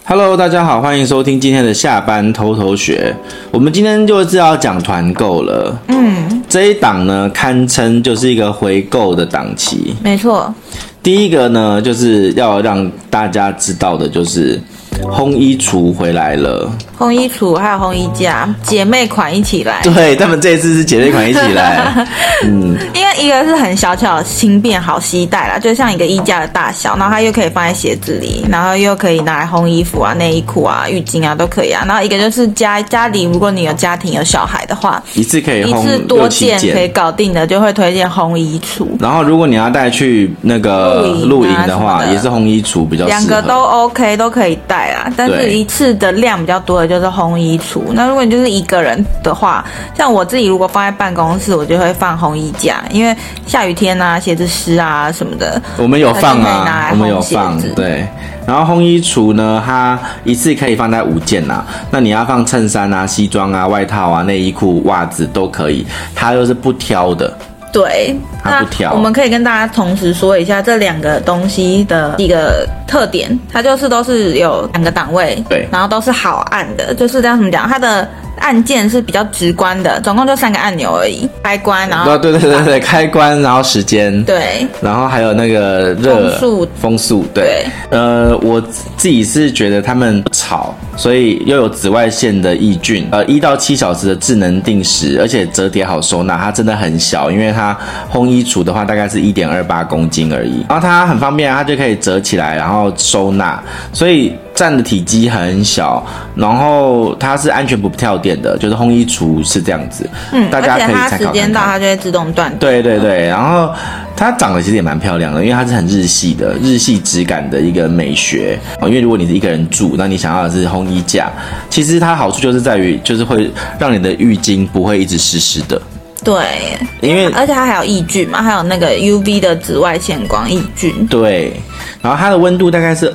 Hello， 大家好，欢迎收听今天的下班偷偷学。我们今天就是要讲团购了。这一档呢，堪称就是一个回购的档期。 没错。 第一个呢，就是要让大家知道的，就是烘衣橱回来了。 烘衣橱还有烘衣架，姐妹款一起来。 对，他们这一次是姐妹款一起来。 因为一个是很小巧、轻便、好携带啦，就像一个衣架的大小，然后它又可以放在鞋子里，然后又可以拿来烘衣服啊、内衣裤啊、浴巾啊都可以啊。然后一个就是家里，如果你有家庭有小孩的话， 一次可以烘一次多件 6-7 可以搞定的，就会推荐烘衣橱。 然后如果你要带去那个露营的话，也是烘衣橱比较适合。 两个都 OK， 都可以带啦。但是一次的量比较多的就是烘衣橱。那如果你就是一个人的话，像我自己如果放在办公室，我就会放烘衣架，因为下雨天啊、鞋子湿啊什么的， 我们有放啊，我们有放，对。然后烘衣橱呢，它一次可以放在5件啊。那你要放衬衫啊、西装啊、外套啊、内衣裤、袜子都可以，它又是不挑的。 对， 它不挑。 我们可以跟大家同时说一下这两个东西的一个特点，它就是都是有2个档位， 对， 然后都是好按的，就是这样怎么讲，它的按键是比较直观的，总共就3个按钮而已，开关，然后对，开关，然后时间， 对， 然后还有那个风速，对，我自己是觉得他们不吵，所以又有紫外线的抑菌，1到7小时的智能定时，而且折叠好收纳，它真的很小，因为它烘衣橱的话大概是1.28公斤而已，然后它很方便，它就可以折起来，然后收纳，所以占的体积很小，然后它是安全不跳电的，就是烘衣橱是这样子，大家可以参考看看。 而且它时间到它就会自动断电。对，然后它长得其实也蛮漂亮的，因为它是很日系的，日系质感的一个美学。因为如果你是一个人住，那你想要的是烘衣架，其实它好处就是在于，就是会让你的浴巾不会一直湿湿的。 对， 因为而且它还有抑菌嘛，还有那个 UV 的紫外线光抑菌。 对，然后它的温度大概是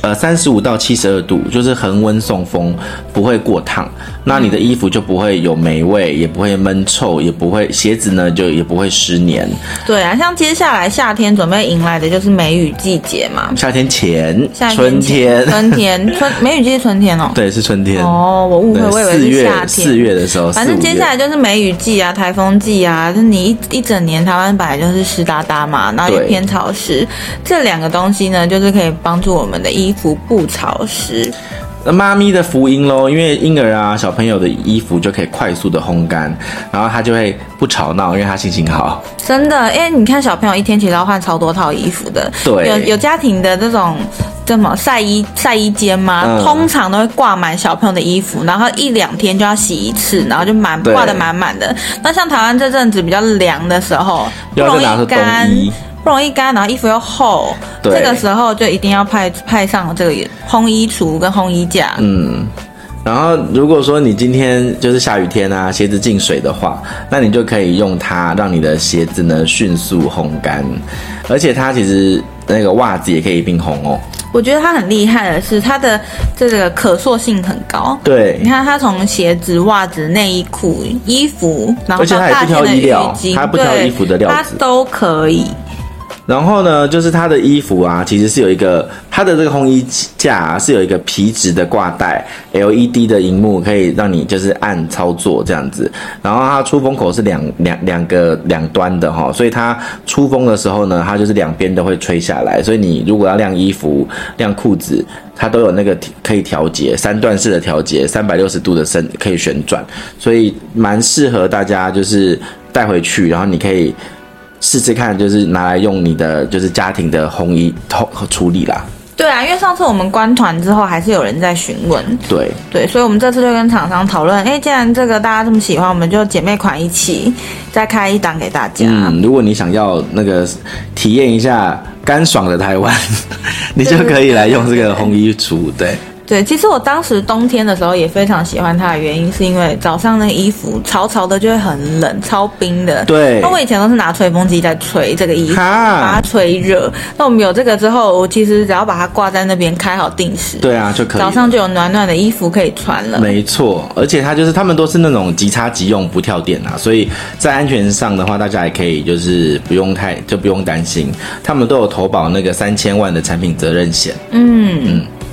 35到72度，就是恒温送风，不会过烫。那你的衣服就不会有霉味，也不会闷臭，也不会鞋子呢就也不会湿黏。 对啊，像接下来夏天准备迎来的就是梅雨季节嘛。 夏天前， 春天，梅雨季是春天哦。 对，是春天。 哦，我误会，我以为是夏天。 4月的时候， 反正接下来就是梅雨季啊、台风季啊，就你一整年台湾本来就是湿哒哒嘛，然后也偏潮湿，这2个东西呢，就是可以帮助我们的衣服不潮湿。 妈咪的福音咯，因为婴儿啊、小朋友的衣服就可以快速的烘干，然后他就会不吵闹，因为他心情好。 真的，因为你看小朋友一天其实要换超多套衣服的。 对， 有家庭的这种什么晒衣间吗？通常都会挂满小朋友的衣服，然后1-2天就要洗一次，然后就挂得满满的。那像台湾这阵子比较凉的时候，不容易干，然后衣服又厚，这个时候就一定要派上这个烘衣橱跟烘衣架。 然后如果说你今天就是下雨天啊，鞋子进水的话，那你就可以用它让你的鞋子呢迅速烘干，而且它其实那个袜子也可以一并烘哦。 我觉得它很厉害的是它的这个可塑性很高。 对， 你看它从鞋子、袜子、内衣裤、衣服，然后到大件的浴巾， 它不挑衣服的料子， 它都可以。 然后呢，就是它的衣服啊，其实是有一个它的这个烘衣架啊，是有一个皮质的挂带 ，LED 的荧幕可以让你就是按操作这样子。然后它出风口是两端的哈，所以它出风的时候呢，它就是2边都会吹下来。所以你如果要晾衣服、晾裤子，它都有那个可以调节3段式的调节，360度的可以旋转，所以蛮适合大家就是带回去，然后你可以试试看，就是拿来用你的就是家庭的烘衣处理啦。 对啊，因为上次我们关团之后，还是有人在询问。对，所以我们这次就跟厂商讨论，既然这个大家这么喜欢，我们就姐妹款一起再开一档给大家。 如果你想要那个体验一下干爽的台湾，你就可以来用这个烘衣橱。 对，其实我当时冬天的时候也非常喜欢它的原因，是因为早上那个衣服潮的就会很冷，超冰的。 对， 那我以前都是拿吹风机在吹这个衣服，把它吹热。那我们有这个之后，我其实只要把它挂在那边开好定时， 对啊，就可以， 早上就有暖暖的衣服可以穿了。 没错，而且他们都是那种即插即用，不跳电啊，所以在安全上的话，大家也可以就是不用担心，他们都有投保那个3000万的产品责任险。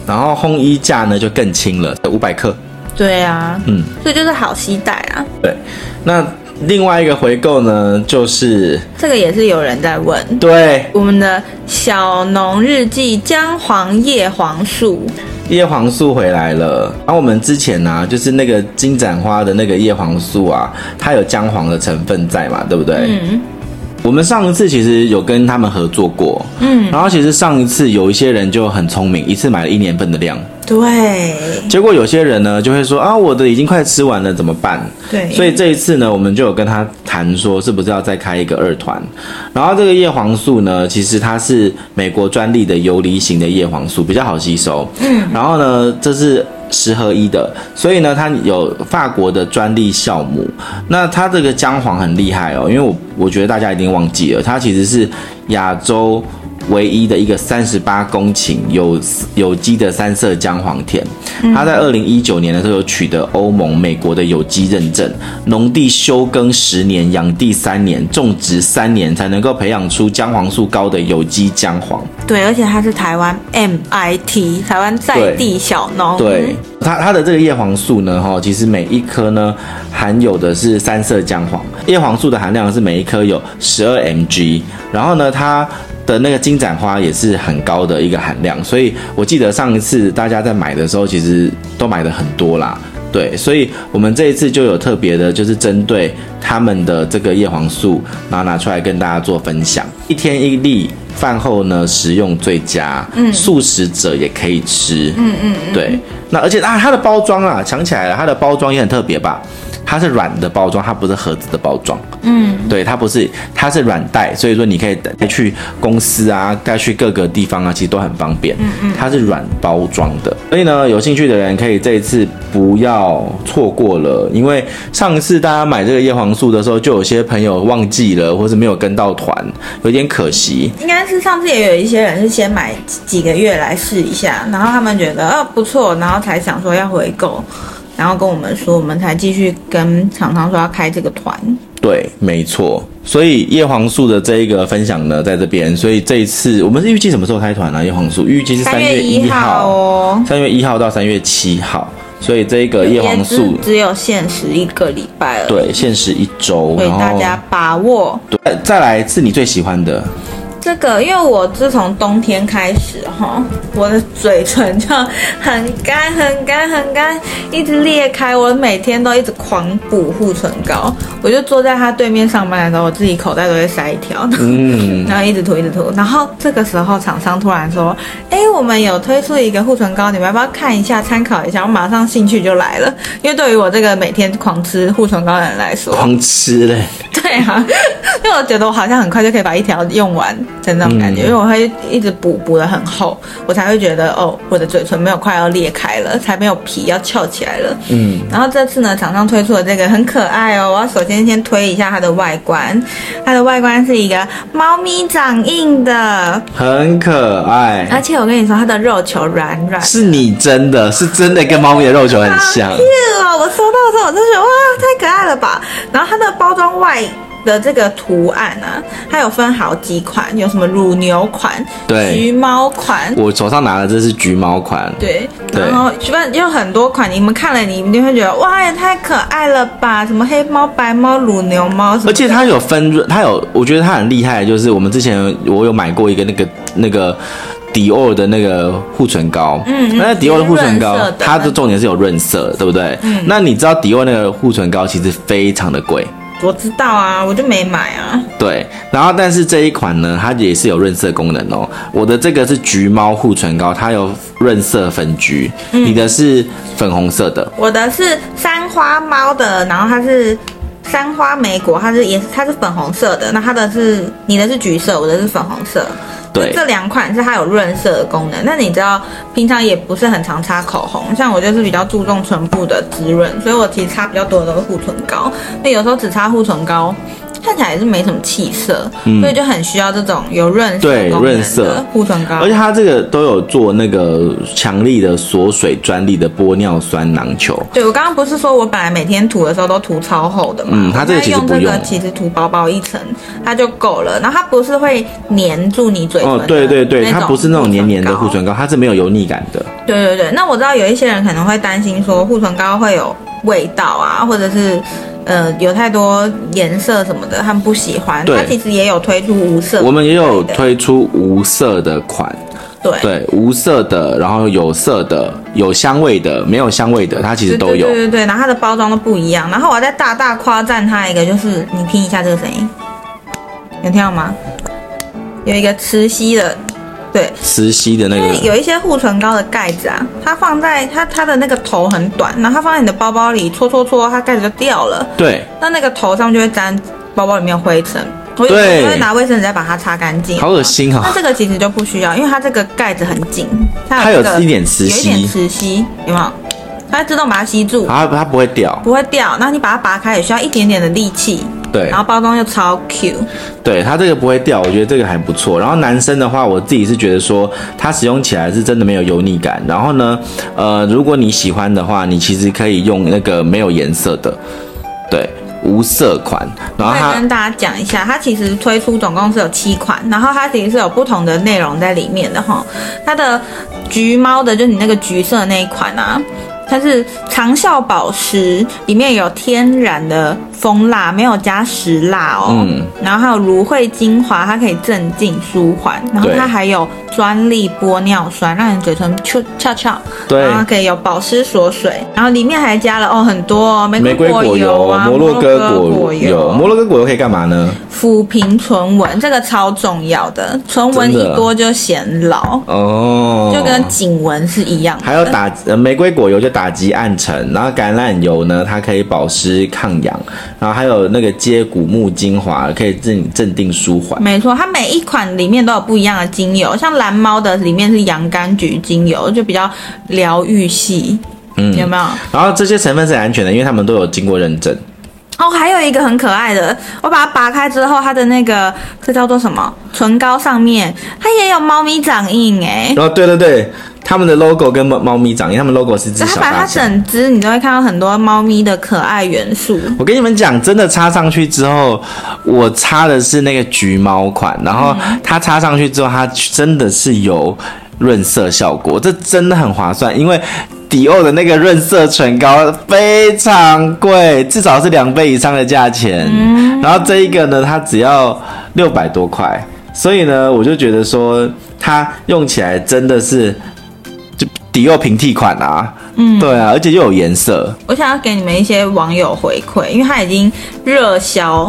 然后烘衣架呢就更轻了，500克。 对啊，所以就是好携带啊。 对，那另外一个回购呢，就是这个也是有人在问， 对， 我们的小农日记姜黄叶黄素。 叶黄素回来了，然后我们之前啊，就是那个金盏花的那个叶黄素啊，它有姜黄的成分在嘛，对不对？我们上一次其实有跟他们合作过，然后其实上一次有一些人就很聪明，一次买了1年份的量。 对， 结果有些人呢就会说啊，我的已经快吃完了，怎么办？ 对， 所以这一次呢，我们就有跟他谈说，是不是要再开一个2团？然后这个叶黄素呢，其实它是美国专利的游离型的叶黄素，比较好吸收。然后呢，这是10合1的，所以呢，它有法国的专利酵母。那它这个姜黄很厉害哦，因为我觉得大家一定忘记了，它其实是亚洲唯一的一个38公顷有机的3色姜黄田，它在2019年的时候有取得欧盟、美国的有机认证，农地休耕10年，养地3年，种植3年，才能够培养出姜黄素高的有机姜黄。 对，而且它是台湾 MIT 台湾在地小农。 对，它的这个叶黄素呢，其实每一颗呢含有的是3色姜黄，叶黄素的含量是每一颗有12 mg， 然后呢它的那个金盏花也是很高的一个含量，所以我记得上一次大家在买的时候，其实都买的很多啦。对，所以我们这一次就有特别的，就是针对他们的这个叶黄素，然后拿出来跟大家做分享。1天1粒，饭后呢食用最佳，素食者也可以吃。对，那而且它的包装啊，想起来了，它的包装也很特别吧？它是软的包装，它不是盒子的包装。对，它是软袋，所以说你可以带去公司啊，带去各个地方啊，其实都很方便。它是软包装的，所以呢，有兴趣的人可以这一次不要错过了，因为上一次大家买这个叶黄素的时候，就有些朋友忘记了，或是没有跟到团，有点可惜。 应该是上次也有一些人是先买几个月来试一下，然后他们觉得不错，然后才想说要回购。然后跟我们说，我们才继续跟厂商说要开这个团。 对，没错。所以叶黄素的这一个分享呢，在这边。所以这一次我们是预计什么时候开团呢？叶黄素预计是3月1号哦，3月1号到3月7号。所以这个叶黄素只有限时1个礼拜了。 对，限时1周， 所以大家把握。 对，再来是你最喜欢的。 这个，因为我自从冬天开始我的嘴唇就很干很干很干，一直裂开，我每天都一直狂补护唇膏。我就坐在他对面上班的时候，我自己口袋都会塞一条，然后一直涂一直涂。然后这个时候厂商突然说，我们有推出一个护唇膏，你们要不要看一下参考一下？我马上兴趣就来了，因为对于我这个每天狂吃护唇膏的人来说， 狂吃嘞。 对啊，因为我觉得我好像很快就可以把一条用完的那种感觉，因为我会一直补得很厚，我才会觉得我的嘴唇没有快要裂开了，才没有皮要翘起来了。然后这次呢，厂商推出的这个很可爱哦，我要首先推一下它的外观，它的外观是一个猫咪掌印的， 很可爱。 而且我跟你说，它的肉球软软， 是真的跟猫咪的肉球很像。 我收到之后我就觉得哇，太可爱了吧！然后它的包装外的这个图案啊，它有分好几款，有什么乳牛款、橘猫款。我手上拿的这是橘猫款。 对，然后就很多款，你们看了你一定会觉得哇，也太可爱了吧！什么黑猫、白猫、乳牛猫什么。 而且它有分润，我觉得它很厉害，就是我们之前我有买过一个那个。迪奥的那个护唇膏，那迪奥的护唇膏，它的重点是有润色，对不对？那你知道迪奥那个护唇膏其实非常的贵。 我知道啊，我就没买啊。 对，然后但是这一款呢，它也是有润色功能哦。我的这个是橘猫护唇膏，它有润色粉橘，你的是粉红色的。 我的是三花猫的，然后它是三花莓果，它是粉红色的，那你的是橘色，我的是粉红色。对，这两款是它有润色的功能。那你知道平常也不是很常擦口红，像我就是比较注重唇部的滋润，所以我其实擦比较多的都是护唇膏。那有时候只擦护唇膏，看起来也是没什么气色，所以就很需要这种有润色功能的护唇膏。 而且它这个都有做那个强力的锁水专利的玻尿酸囊球。 对，我刚刚不是说我本来每天涂的时候都涂超厚的嘛？ 它这个其实不用， 这个其实涂薄薄一层它就够了。然后它不是会粘住你嘴唇的对，它不是那种黏黏的护唇膏，它是没有油腻感的。 对对对，那我知道有一些人可能会担心说护唇膏会有味道啊，或者是有太多颜色什么的，他们不喜欢。它其实也有推出无色， 我们也有推出无色的款。对，无色的，然后有色的，有香味的，没有香味的，它其实都有。 对，然后它的包装都不一样。然后我再大大夸赞它一个，就是你听一下这个声音，有听到吗？有一个磁吸的。对， 磁吸的那个， 有一些护唇膏的盖子啊，它放在它的那个头很短，然后它放在你的包包里搓，它盖子就掉了。 对， 那个头上就会沾包包里面灰尘。我就会拿卫生纸再把它擦干净。 好恶心哦！ 那这个其实就不需要，因为它这个盖子很紧， 它有一点磁吸， 有一点磁吸，有没有？它会自动把它吸住， 它不会掉， 不会掉。然后你把它拔开也需要一点点的力气。 对， 然后包装又超 Q， 对，它这个不会掉，我觉得这个还不错。然后男生的话，我自己是觉得说它使用起来是真的没有油腻感。然后呢，如果你喜欢的话，你其实可以用那个没有颜色的，对，无色款。然后我跟大家讲一下，它其实推出总共是有7款，然后它其实是有不同的内容在里面的哈。它的橘猫的，就是你那个橘色的那一款啊。它是长效保湿，里面有天然的蜂蜡，没有加石蜡哦。然后还有芦荟精华，它可以镇静舒缓。然后它还有专利玻尿酸，让你嘴唇翘翘。 对。 然后可以有保湿锁水，然后里面还加了很多玫瑰果油啊，摩洛哥果油。摩洛哥果油可以干嘛呢？ 抚平唇纹，这个超重要的，唇纹一多就显老哦，就跟颈纹是一样的。 还有玫瑰果油就打击暗沉，然后橄榄油呢，它可以保湿抗氧，然后还有那个接骨木精华，可以镇定舒缓。 没错，它每一款里面都有不一样的精油，像蓝猫的里面是洋甘菊精油，就比较疗愈系，有没有？ 然后这些成分是安全的，因为他们都有经过认证。 哦，还有一个很可爱的，我把它拔开之后，它的那个这叫做什么？唇膏上面它也有猫咪掌印哎。 哦，对，他们的 logo 跟猫咪掌印，他们 logo 是只小大象。 它整只你都会看到很多猫咪的可爱元素。 我跟你们讲，真的擦上去之后，我擦的是那个橘猫款，然后它擦上去之后，它真的是有润色效果，这真的很划算，因为迪奥的那个润色唇膏非常贵，至少是2倍以上的价钱。然后这一个呢，它只要600多块，所以呢，我就觉得说它用起来真的是就迪奥平替款啊。对啊，而且又有颜色。 我想要给你们一些网友回馈，因为它已经热销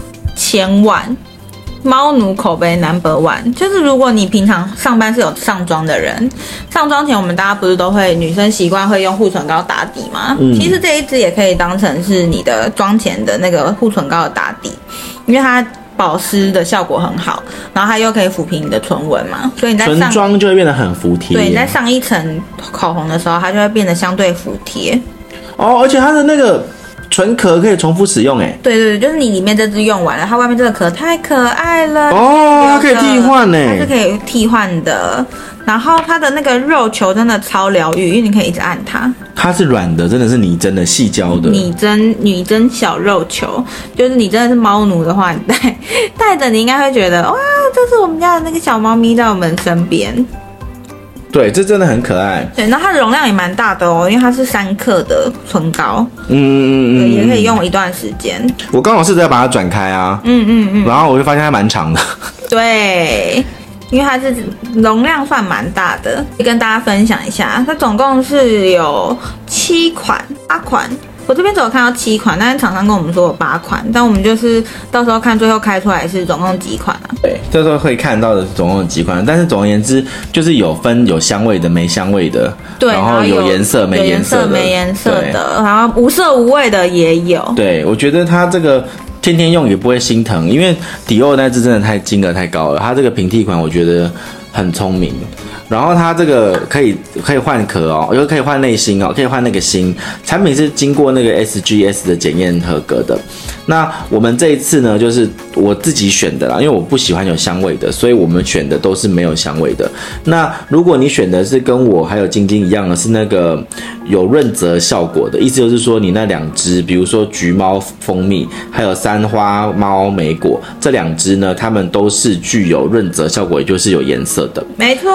1000万。猫奴口碑 No.1， 就是如果你平常上班是有上妆的人，上妆前我们大家不是都会女生习惯会用护唇膏打底吗？其实这一支也可以当成是你的妆前的那个护唇膏的打底，因为它保湿的效果很好，然后它又可以抚平你的唇纹嘛，所以你在唇妆就会变得很服帖。 对，你在上一层口红的时候，它就会变得相对服帖。 哦，而且它的那个唇壳可以重复使用哎。 对，就是你里面这支用完了，它外面这个壳太可爱了哦，它可以替换哎， 它是可以替换的。然后它的那个肉球真的超疗愈，因为你可以一直按它。 它是软的，真的是拟真的细胶的。 拟真小肉球，就是你真的是猫奴的话，你带着你应该会觉得哇，这是我们家的那个小猫咪在我们身边。 对，这真的很可爱。 对，然后它的容量也蛮大的哦，因为它是3克的唇膏。对，也可以用一段时间。 我刚好试着要把它转开啊。然后我就发现它蛮长的。 对。因为它是容量算蛮大的，跟大家分享一下，它总共是有8款。我这边只有看到7款，但是厂商跟我们说有8款，但我们就是到时候看最后开出来是总共几款啊？ 对，这时候会看到的总共有几款，但是总而言之就是有分有香味的、没香味的， 对， 然后有颜色、没颜色的，然后无色无味的也有。 对，我觉得它这个天天用也不会心疼，因为迪奥那支真的太金额太高了，它这个平替款我觉得很聪明。然后它这个可以换壳哦，又可以换内芯哦，可以换那个芯。产品是经过那个 SGS 的检验合格的。那我们这一次呢，就是我自己选的啦，因为我不喜欢有香味的，所以我们选的都是没有香味的。那如果你选的是跟我还有晶晶一样的，是那个有润泽效果的，意思就是说你那2支，比如说橘猫蜂蜜，还有3花猫莓果，这2支呢，它们都是具有润泽效果，也就是有颜色的。 没错。 橘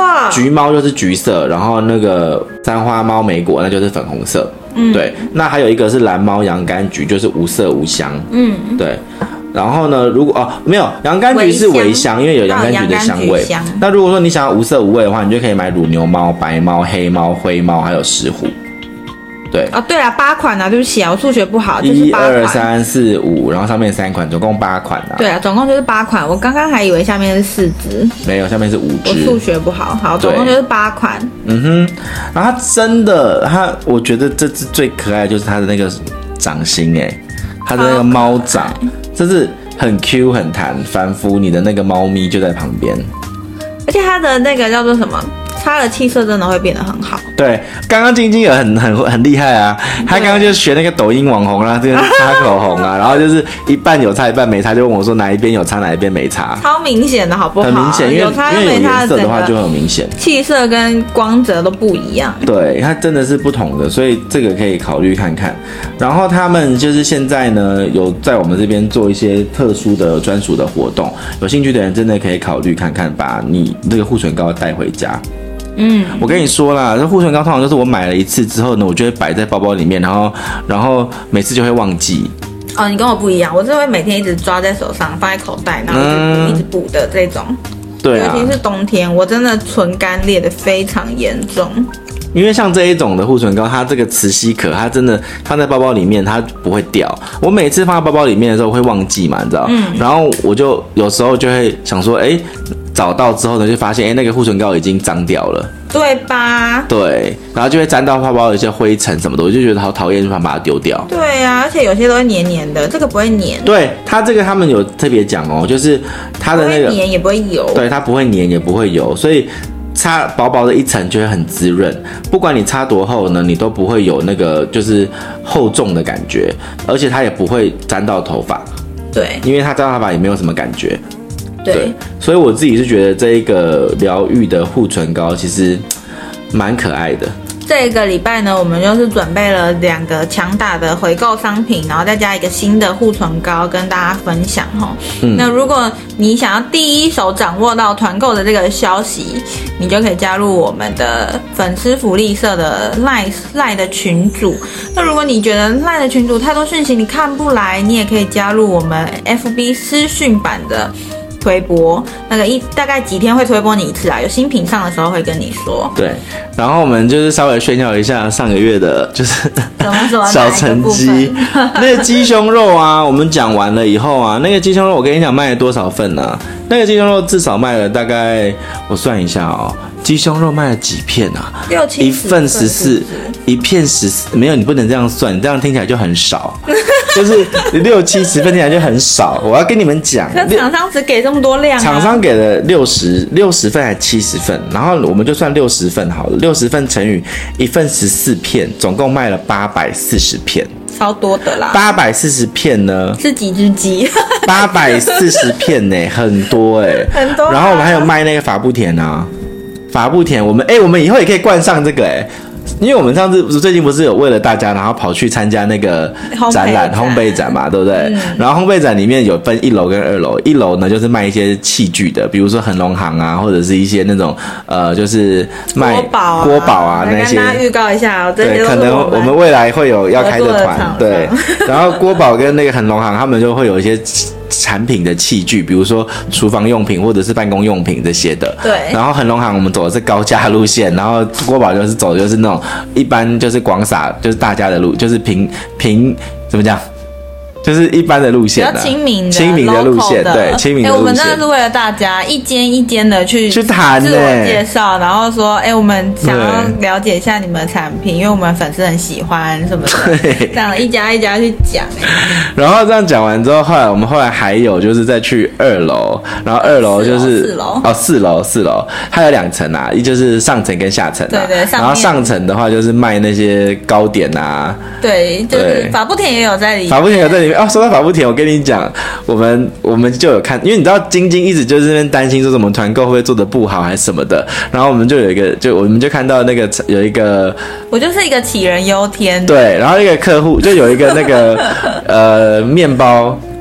猫就是橘色，然后那个三花猫莓果那就是粉红色。对，那还有一个是蓝猫洋甘菊，就是无色无香。对。然后呢，如果没有洋甘菊是微香，因为有洋甘菊的香味。那如果说你想要无色无味的话，你就可以买乳牛猫、白猫、黑猫、灰猫，还有石虎。对对啊，8款啊，对不起啊，我数学不好，就是8款。1、2、 3、4、5，然后上面3款，总共8款啊。 对啊，总共就是8款。我刚刚还以为下面是4只， 没有，下面是5只。 我数学不好，好，总共就是8款。 然后它真的，我觉得这只最可爱的就是它的那个掌心它的那个猫掌，真是很 Q 很弹，仿佛你的那个猫咪就在旁边。 而且它的那个叫做什么？擦的气色真的会变得很好。 对，刚刚晶晶也很厉害啊，他刚刚就学那个抖音网红啦，这个擦口红啊，然后就是一半有擦一半没擦，就问我说哪一边有擦哪一边没擦， 超明显的好不好？ 很明显，因为有颜色的话就很明显， 气色跟光泽都不一样。 对，它真的是不同的，所以这个可以考虑看看。然后他们就是现在呢有在我们这边做一些特殊的专属的活动，有兴趣的人真的可以考虑看看，把你这个护唇膏带回家。我跟你说啦，这护唇膏通常就是我买了一次之后呢，我就会摆在包包里面，然后每次就会忘记。 你跟我不一样，我是会每天一直抓在手上，放在口袋，然后一直补的这种。 对啊， 尤其是冬天，我真的唇干裂的非常严重。 因为像这一种的护唇膏，它这个磁吸壳，它真的放在包包里面，它不会掉。我每次放在包包里面的时候会忘记嘛，你知道？然后我就有时候就会想说，找到之后呢，就发现那个护唇膏已经脏掉了， 对吧？ 对，然后就会沾到包包的一些灰尘什么的，我就觉得好讨厌，就想把它丢掉。 对啊，而且有些都会黏黏的，这个不会黏。 对，它这个他们有特别讲就是它的那个不会黏也不会油， 对，它不会黏也不会油，所以擦薄薄的一层就会很滋润，不管你擦多厚呢，你都不会有那个就是厚重的感觉，而且它也不会沾到头发。 对， 因为它沾到头发也没有什么感觉。 对， 所以我自己是觉得这一个疗愈的护唇膏其实蛮可爱的。 这个礼拜呢，我们就是准备了2个强大的回购商品，然后再加一个新的护唇膏跟大家分享哈。那如果你想要第一手掌握到团购的这个消息，你就可以加入我们的粉丝福利社的 LINE 的群组。那如果你觉得 LINE 的群组太多讯息你看不来，你也可以加入我们 FB 私讯版的推播，那个大概几天会推播你一次啊？有新品上的时候会跟你说。 对，然后我们就是稍微炫耀一下上个月的，就是小成绩。那个鸡胸肉啊，我们讲完了以后啊，那个鸡胸肉我跟你讲卖了多少份呢？那个鸡胸肉至少卖了大概，我算一下鸡胸肉卖了几片啊？6、7、1份14，一片14，没有，你不能这样算，你这样听起来就很少。就是6、70份听起来就很少，我要跟你们讲， 可厂商只给这么多量厂商给了60份还70份，然后我们就算60份好了，60份乘以1份14片，总共卖了840片， 超多的啦。 840片呢？ 是几只鸡 ？840片呢，很多很多。 然后我们还有卖那个法布甜啊，法布甜，我们以后也可以冠上这个因为我们上次最近不是有为了大家，然后跑去参加那个展览烘焙展嘛，对不对？然后烘焙展里面有分1楼跟2楼，1楼呢就是卖一些器具的，比如说恒隆行啊，或者是一些那种就是卖锅宝啊那些。 跟大家预告一下对，可能我们未来会有要开的团，对。然后锅宝跟那个恒隆行他们就会有一些产品的器具，比如说厨房用品或者是办公用品这些的。 对。 然后恒隆行我们走的是高价路线，然后锅宝就是走的就是那种一般就是广撒就是大家的路，就是平怎么讲？就是一般的路线比较亲民的路线，对，亲民的路线。 我们真的是为了大家一间一间的去谈自我介绍，然后说，我们想要了解一下你们的产品，因为我们粉丝很喜欢什么的，这样一家一家去讲。 然后这样讲完之后，我们后来还有就是再去2楼，然后2楼就是4楼，它有2层啊，一就是上层跟下层啊。 对， 然后上层的话就是卖那些糕点啊。 对，就是法布甜也有在里面。 法布甜有在里面。说到法布甜，我跟你讲，我们就有看，因为你知道晶晶一直就是那边担心说什么团购会不会做的不好还是什么的，然后我们就有一个，我们就看到那个有一个， 我就是一个杞人忧天。 对，然后那个客户就有一个那个面包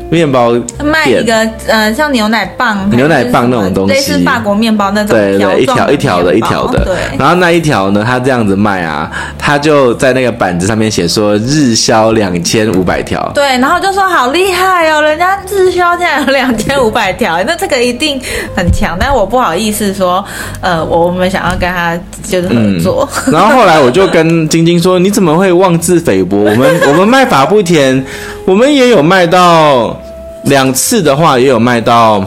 面包卖一个像牛奶棒那种东西， 类似法国面包那种对对，一条的。 对， 然后那一条呢，他这样子卖啊，他就在那个板子上面写说日销2500条。 对，然后就说好厉害哦，人家日销竟然有2500条，那这个一定很强。但我不好意思说，我们想要跟他就是合作。 然后后来我就跟晶晶说，你怎么会妄自菲薄？我们卖法布甜，我们也有卖到2次的话，也有卖到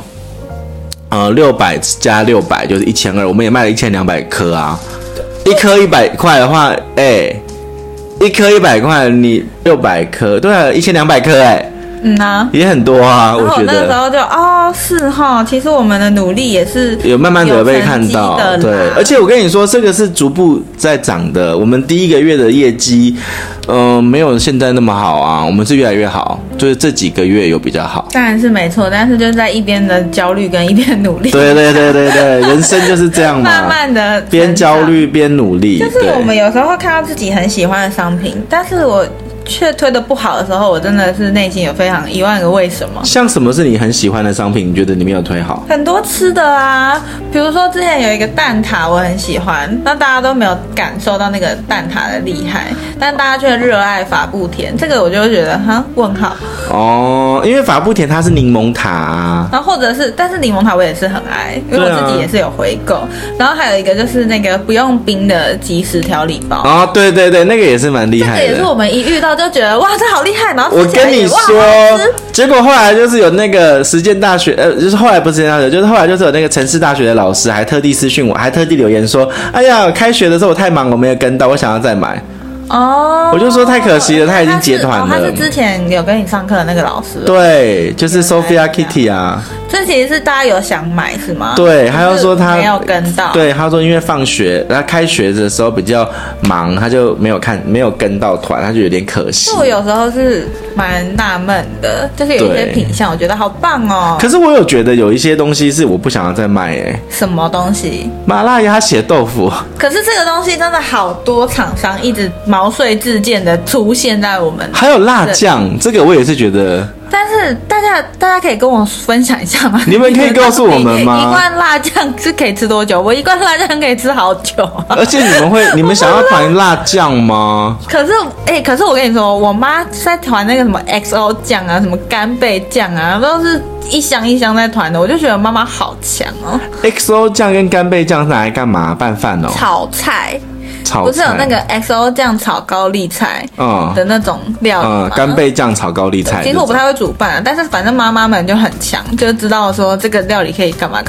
600加600就是1200，我们也卖了1200颗啊。一颗100块的话，一颗100块，你600颗，对啊，1200颗也很多啊，我觉得。 那个时候就是哈，其实我们的努力也是有慢慢的被看到，对。而且我跟你说，这个是逐步在涨的。我们第1个月的业绩，没有现在那么好啊，我们是越来越好，就是这几个月有比较好。 当然是没错，但是就是在一边的焦虑跟一边努力。 对，人生就是这样嘛， 慢慢的边焦虑边努力。 就是我们有时候看到自己很喜欢的商品，但是我却推得不好的时候，我真的是内心有非常1万个为什么。 像什么是你很喜欢的商品？你觉得你没有推好？ 很多吃的啊，比如说之前有一个蛋挞，我很喜欢，那大家都没有感受到那个蛋挞的厉害，但大家却热爱法布甜，这个我就觉得问号。 因为法布甜它是柠檬塔啊， 然后或者是，但是柠檬塔我也是很爱，因为我自己也是有回购。然后还有一个就是那个不用冰的即食调理包。 对，那个也是蛮厉害的。 这个也是我们一遇到就觉得哇，这好厉害，然后我跟你说，结果后来就是有那个实践大学，就是后来不是实践大学，就是后来就是有那个城市大学的老师还特地私讯我，还特地留言说，哎呀，开学的时候我太忙，我没有跟到，我想要再买。我就说太可惜了，他已经结团了。 他是之前有跟你上课的那个老师。 对，就是 Sophia Kitty 啊。 这其实是大家有想买是吗？ 对，他又说他没有跟到。 对，他说因为放学，然后开学的时候比较忙，他就没有跟到团，他就有点可惜。 我有时候是蛮纳闷的，就是有一些品相，我觉得好棒哦。 可是我有觉得有一些东西是我不想要再卖什么东西？ 麻辣鸭血豆腐。可是这个东西真的好多厂商一直毛遂自荐的出现在我们。 还有辣酱，这个我也是觉得。 但是大家可以跟我分享一下吗？ 你们可以告诉我们吗？ 一罐辣酱是可以吃多久？我一罐辣酱可以吃好久。 而且你们想要团辣酱吗？ 可是我跟你说，我妈在团那个什么 XO 酱啊，什么干贝酱啊，都是一箱一箱在团的。我就觉得妈妈好强哦。 XO 酱跟干贝酱是拿来干嘛？拌饭哦。 炒菜。不是有那个 XO 酱炒高丽菜的那种料理吗？ 干贝酱炒高丽菜。 其实我不太会煮饭，但是反正妈妈们就很强，就知道说这个料理可以干嘛。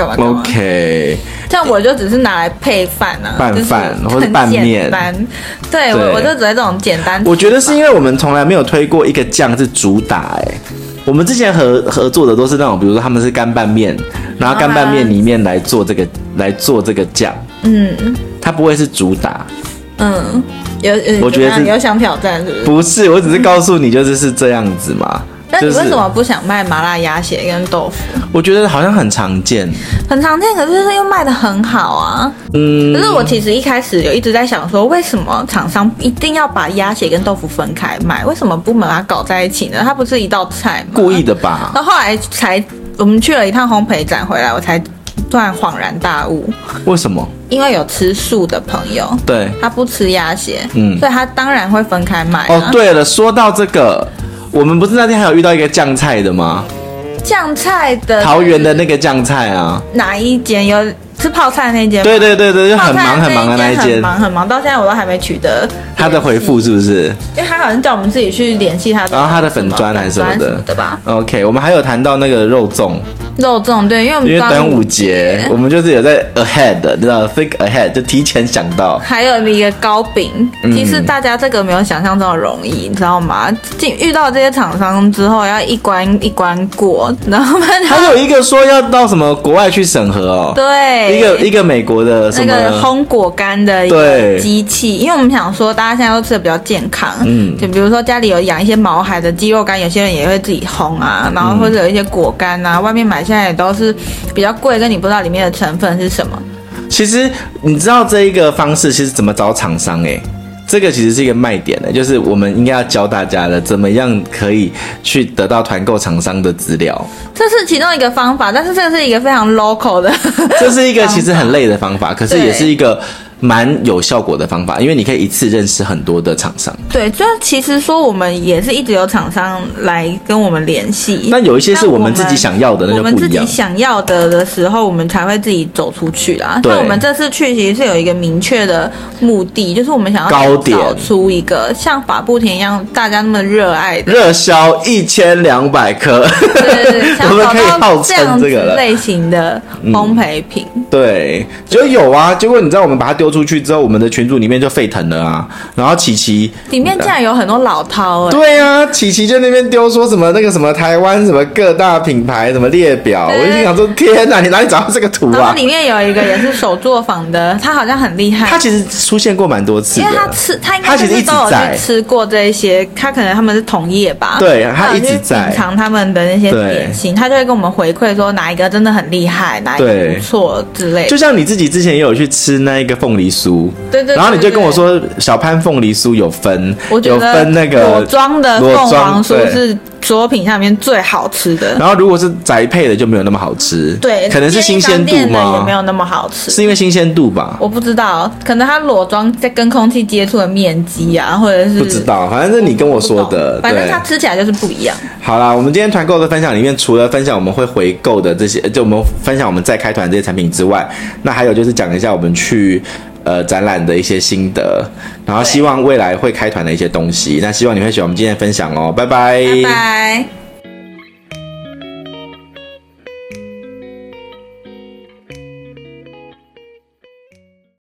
OK。 像我就只是拿来配饭啊， 拌饭或者拌面。 对，我就只会这种简单。 我觉得是因为我们从来没有推过一个酱是主打我们之前合作的都是那种，比如说他们是干拌面，然后干拌面里面来做这个酱。它不会是主打。我觉得有想挑战是不是？ 不是，我只是告诉你，是这样子嘛。 那你为什么不想卖麻辣鸭血跟豆腐？ 我觉得好像很常见， 可是又卖得很好啊。可是我其实一开始有一直在想说，为什么厂商一定要把鸭血跟豆腐分开卖？为什么不把它搞在一起呢？它不是一道菜吗？ 故意的吧？ 然后后来我们去了一趟烘焙展回来，我才突然恍然大悟。 为什么？ 因为有吃素的朋友， 对， 他不吃鸭血，所以他当然会分开卖。 对了，说到这个，我们不是那天还有遇到一个酱菜的吗？ 酱菜的桃园的那个酱菜啊， 哪一间有？是泡菜那间吗？ 对，就很忙的那一间， 很忙，到现在我都还没取得他的回复，是不是？ 因为他好像叫我们自己去联系他的， 然后他的粉专还是什么的吧。 OK， 我们还有谈到那个肉粽， 对，因为我们端午节，我们就是有在 ahead， 知道 think ahead， 就提前想到。还有一个糕饼，其实大家这个没有想象中的容易，你知道吗？遇到这些厂商之后，要一关一关过，然后还有一个说要到什么国外去审核对。 一个美国的什么那个烘果干的一个机器，因为我们想说大家现在都吃的比较健康，就比如说家里有养一些毛孩的鸡肉干，有些人也会自己烘啊，然后或者有一些果干啊，外面买现在也都是比较贵，跟你不知道里面的成分是什么。 其实你知道这一个方式其实怎么找厂商这个其实是一个卖点的，就是我们应该要教大家的，怎么样可以去得到团购厂商的资料。 这是其中一个方法，但是这是一个非常 local 的， 这是一个其实很累的方法，可是也是一个蛮有效果的方法，因为你可以一次认识很多的厂商。 对，就其实说我们也是一直有厂商来跟我们联系， 那有一些是我们自己想要的，那就不一样。 我们自己想要的时候，我们才会自己走出去啦。 对， 那我们这次去其实是有一个明确的目的，就是我们想要高点找出一个像法布田一样大家那么热爱的热销1200颗， 对， 我们可以号这样子称这个了类型的烘焙品。 对，就有啊。结果你知道我们把它丢出去之后，我们的群组里面就沸腾了啊。然后琪琪里面竟然有很多老饕对啊，琪琪就那边丢说什么那个什么台湾什么各大品牌什么列表，我就心想说天哪，你哪里找到这个图啊？ 然后里面有一个也是手作坊的，他好像很厉害。 他其实出现过蛮多次的， 因为他应该是都有去吃过这些，他可能他们是同业吧。 对，他一直在品尝他们的那些点心，他就会跟我们回馈说哪一个真的很厉害，哪一个不错之类的。 就像你自己之前也有去吃那一个凤梨酥， 对， 然后你就跟我说小潘凤梨酥有分，有分那个裸装的凤凰酥是所有品项里面最好吃的。 然后如果是宅配的就没有那么好吃， 对， 可能是新鲜度吗？ 也没有那么好吃， 是因为新鲜度吧？ 我不知道，可能它裸装在跟空气接触的面积啊，或者是不知道，反正是你跟我说的， 反正它吃起来就是不一样。 好啦，我们今天团购的分享里面，除了分享我们会回购的这些，就我们分享我们再开团这些产品之外，那还有就是讲一下我们去展览的一些心得，然后希望未来会开团的一些东西。那希望你会喜欢我们今天的分享哦，拜拜， 拜拜。